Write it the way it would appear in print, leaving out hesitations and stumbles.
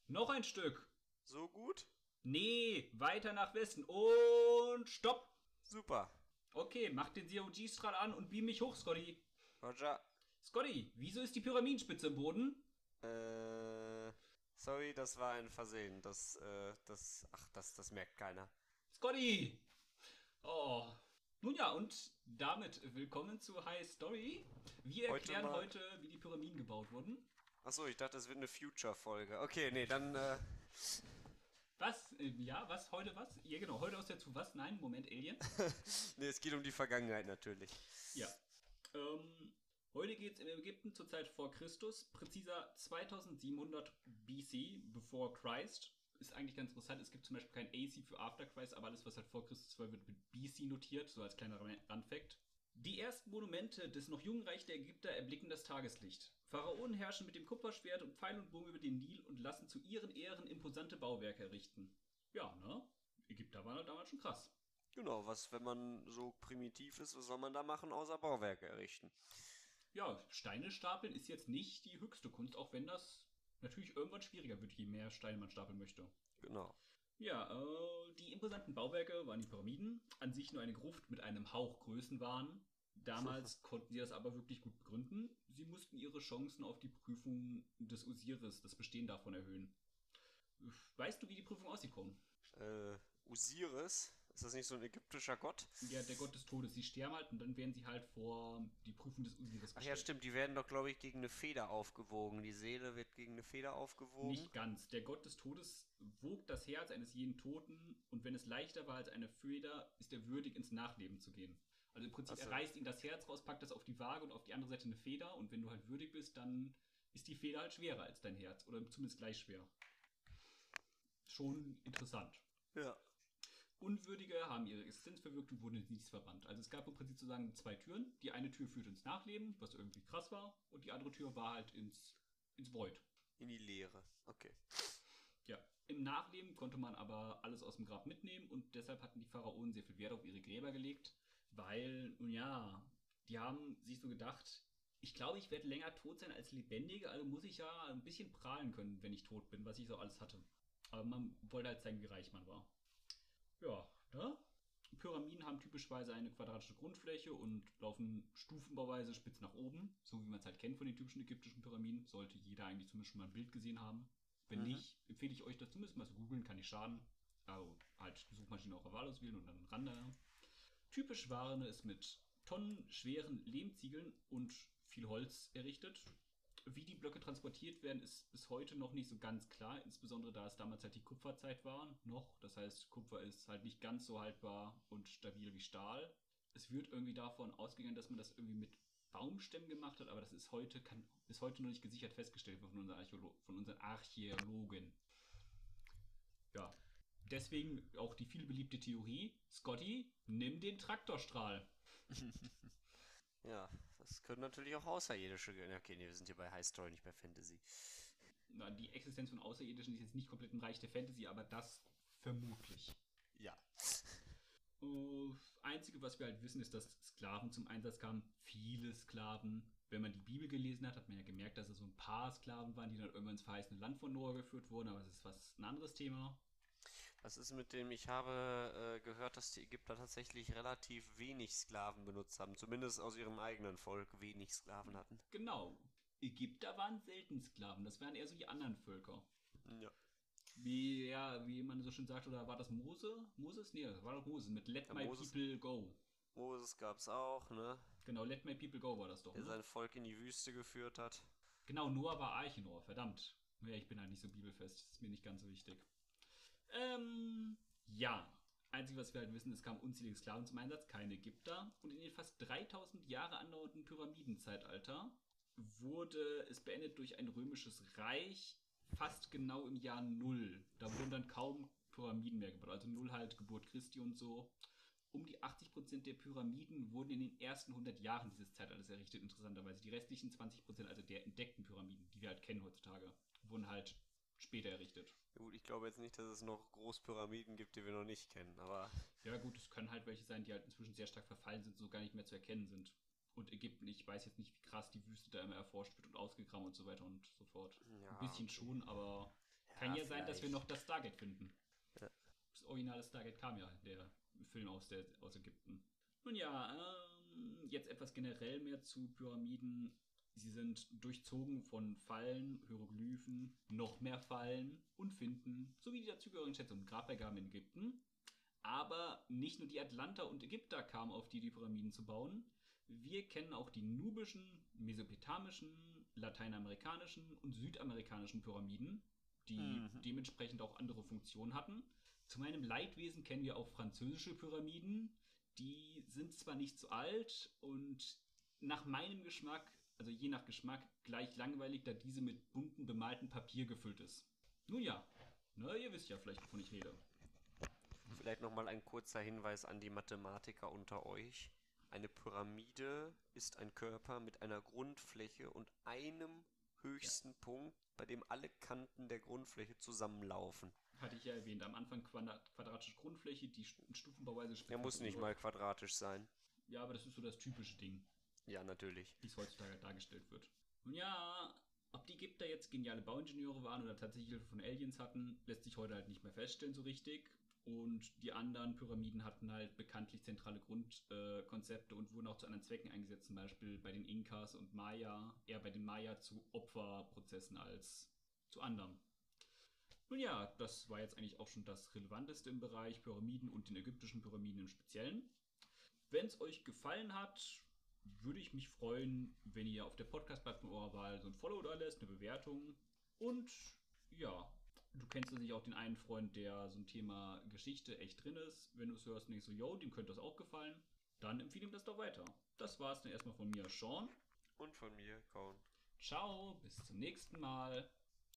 Noch ein Stück. So gut? Nee, weiter nach Westen. Und stopp. Super. Okay, mach den Zero-G-Strahl an und beam mich hoch, Scotty. Roger. Scotty, wieso ist die Pyramidenspitze im Boden? Äh, sorry, das war ein Versehen. Das merkt keiner. Scotty! Oh. Nun ja, und damit willkommen zu High Story. Wir Heute erklären mal. heute, wie die Pyramiden gebaut wurden. Achso, ich dachte, es wird eine Future-Folge. Okay, nee, dann, Was? Ja, was? Heute was? Ja, genau. Heute aus der zu was? Nein, Moment, Aliens. nee, es geht um die Vergangenheit natürlich. Ja. Heute geht es in Ägypten zur Zeit vor Christus, präziser 2700 BC, before Christ. Ist eigentlich ganz interessant. Es gibt zum Beispiel kein AC für After Christ, aber alles, was halt vor Christus war, wird mit BC notiert, so als kleiner Randfact. Die ersten Monumente des noch jungen Reich der Ägypter erblicken das Tageslicht. Pharaonen herrschen mit dem Kupferschwert und Pfeil und Bogen über den Nil und lassen zu ihren Ehren imposante Bauwerke errichten. Ja, ne? Ägypter waren halt damals schon krass. Genau, wenn man so primitiv ist, was soll man da machen, außer Bauwerke errichten? Ja, Steine stapeln ist jetzt nicht die höchste Kunst, auch wenn das natürlich irgendwann schwieriger wird, je mehr Steine man stapeln möchte. Genau. Ja, die imposanten Bauwerke waren die Pyramiden, an sich nur eine Gruft mit einem Hauch Größenwahn. Damals konnten sie das aber wirklich gut begründen. Sie mussten ihre Chancen auf die Prüfung des Osiris, das Bestehen davon, erhöhen. Weißt du, wie die Prüfung aussieht, Cohn? Osiris, ist das nicht so ein ägyptischer Gott? Ja, der Gott des Todes. Sie sterben halt und dann werden sie halt vor die Prüfung des Osiris Ach ja, gestellt. stimmt, die werden doch, glaube ich, gegen eine Feder aufgewogen. Die Seele wird gegen eine Feder aufgewogen. Nicht ganz. Der Gott des Todes wog das Herz eines jeden Toten und wenn es leichter war als eine Feder, ist er würdig, ins Nachleben zu gehen. Also im Prinzip, er Achso. reißt ihm das Herz raus, packt das auf die Waage und auf die andere Seite eine Feder und wenn du halt würdig bist, dann ist die Feder halt schwerer als dein Herz oder zumindest gleich schwer. Schon interessant. Ja. Unwürdige haben ihre Existenz verwirkt und wurden ins Nichts verbannt. Also es gab im Prinzip sozusagen zwei Türen. Die eine Tür führte ins Nachleben, was irgendwie krass war, und die andere Tür war halt ins Void. In die Leere. Okay. Ja, im Nachleben konnte man aber alles aus dem Grab mitnehmen und deshalb hatten die Pharaonen sehr viel Wert auf ihre Gräber gelegt, weil, nun ja, die haben sich so gedacht, ich glaube, ich werde länger tot sein als Lebendige, also muss ich ja ein bisschen prahlen können, wenn ich tot bin, was ich so alles hatte. Aber man wollte halt zeigen, wie reich man war. Ja, ne? Pyramiden haben typischerweise eine quadratische Grundfläche und laufen stufenbauweise spitz nach oben, so wie man es halt kennt von den typischen ägyptischen Pyramiden. Sollte jeder eigentlich zumindest schon mal ein Bild gesehen haben. Wenn nicht, empfehle ich euch das zumindest mal zu googeln, kann nicht schaden. Also halt die Suchmaschine auch Wahl auswählen und dann ran da. Typisch waren es mit tonnenschweren Lehmziegeln und viel Holz errichtet. Wie die Blöcke transportiert werden, ist bis heute noch nicht so ganz klar, insbesondere da es damals halt die Kupferzeit war, noch. Das heißt, Kupfer ist halt nicht ganz so haltbar und stabil wie Stahl. Es wird irgendwie davon ausgegangen, dass man das irgendwie mit Baumstämmen gemacht hat, aber das ist heute, kann bis heute noch nicht gesichert festgestellt werden von unseren Archäologen. Ja, deswegen auch die viel beliebte Theorie, Scotty, nimm den Traktorstrahl. Ja, das können natürlich auch Außerirdische. Okay, nee, wir sind hier bei High Story, nicht bei Fantasy. Na, die Existenz von Außerirdischen ist jetzt nicht komplett im Reich der Fantasy, aber das vermutlich. Ja. Einzige, was wir halt wissen, ist, dass Sklaven zum Einsatz kamen. Viele Sklaven. Wenn man die Bibel gelesen hat, hat man ja gemerkt, dass es so ein paar Sklaven waren, die dann irgendwann ins verheißene Land von Noah geführt wurden, aber das ist ein anderes Thema. Was ist mit dem, ich habe gehört, dass die Ägypter tatsächlich relativ wenig Sklaven benutzt haben. Zumindest aus ihrem eigenen Volk wenig Sklaven hatten. Genau. Ägypter waren selten Sklaven, das waren eher so die anderen Völker. Ja. Wie man so schön sagt, oder war das Mose? Moses? Nee, das war doch Moses mit Let Ja, My People Go. Moses gab's auch, ne? Genau, Let My People Go war das doch, Der ne? sein Volk in die Wüste geführt hat. Genau, Noah war Arche Noah, verdammt. Ja, ich bin halt nicht so bibelfest, das ist mir nicht ganz so wichtig. Ja. Einzige, was wir halt wissen, es kamen unzählige Sklaven zum Einsatz, keine Ägypter. Und in den fast 3000 Jahre andauernden Pyramidenzeitalter wurde es beendet durch ein römisches Reich, fast genau im Jahr Null. Da wurden dann kaum Pyramiden mehr gebaut. Also Null halt Geburt Christi und so. Um die 80% der Pyramiden wurden in den ersten 100 Jahren dieses Zeitalters errichtet, interessanterweise. Die restlichen 20%, also der entdeckten Pyramiden, die wir halt kennen heutzutage, wurden halt später errichtet. Ja, gut, ich glaube jetzt nicht, dass es noch Großpyramiden gibt, die wir noch nicht kennen, aber Ja gut, es können halt welche sein, die halt inzwischen sehr stark verfallen sind, so gar nicht mehr zu erkennen sind. Und Ägypten, ich weiß jetzt nicht, wie krass die Wüste da immer erforscht wird und ausgegraben und so weiter und so fort. Ein ja, bisschen okay. schon, aber Kann ja sein, dass wir vielleicht. noch das Stargate finden. Ja. Das originale Stargate kam ja, der Film aus Ägypten. Nun ja, jetzt etwas generell mehr zu Pyramiden. Sie sind durchzogen von Fallen, Hieroglyphen, noch mehr Fallen und Finden, sowie die dazugehörigen Schätze und Grabbeigaben in Ägypten. Aber nicht nur die Atlanter und Ägypter kamen auf die Pyramiden zu bauen. Wir kennen auch die nubischen, mesopotamischen, lateinamerikanischen und südamerikanischen Pyramiden, die dementsprechend auch andere Funktionen hatten. Zu meinem Leidwesen kennen wir auch französische Pyramiden. Die sind zwar nicht so alt und nach meinem Geschmack, also je nach Geschmack, gleich langweilig, da diese mit bunten bemalten Papier gefüllt ist. Nun ja, ihr wisst ja vielleicht, wovon ich rede. Vielleicht nochmal ein kurzer Hinweis an die Mathematiker unter euch. Eine Pyramide ist ein Körper mit einer Grundfläche und einem höchsten Punkt, bei dem alle Kanten der Grundfläche zusammenlaufen. Hatte ich ja erwähnt, am Anfang quadratische Grundfläche, die stufenbauweise Er muss nicht mal quadratisch sein. Ja, aber das ist so das typische Ding, Ja, natürlich. wie es heutzutage dargestellt wird. Nun ja, ob die Ägypter jetzt geniale Bauingenieure waren oder tatsächlich Hilfe von Aliens hatten, lässt sich heute halt nicht mehr feststellen so richtig. Und die anderen Pyramiden hatten halt bekanntlich zentrale Grundkonzepte und wurden auch zu anderen Zwecken eingesetzt, zum Beispiel bei den Inkas und Maya, eher bei den Maya zu Opferprozessen als zu anderen. Nun ja, das war jetzt eigentlich auch schon das Relevanteste im Bereich Pyramiden und den ägyptischen Pyramiden im Speziellen. Wenn es euch gefallen hat, würde ich mich freuen, wenn ihr auf der Podcast-Plattform eurer Wahl so ein Follow da lässt, eine Bewertung. Und ja, du kennst ja sicher auch den einen Freund, der so ein Thema Geschichte echt drin ist. Wenn du es hörst und denkst so, yo, dem könnte das auch gefallen, dann empfehle ihm das doch weiter. Das war es dann erstmal von mir, Sean. Und von mir, Kaun. Ciao, bis zum nächsten Mal.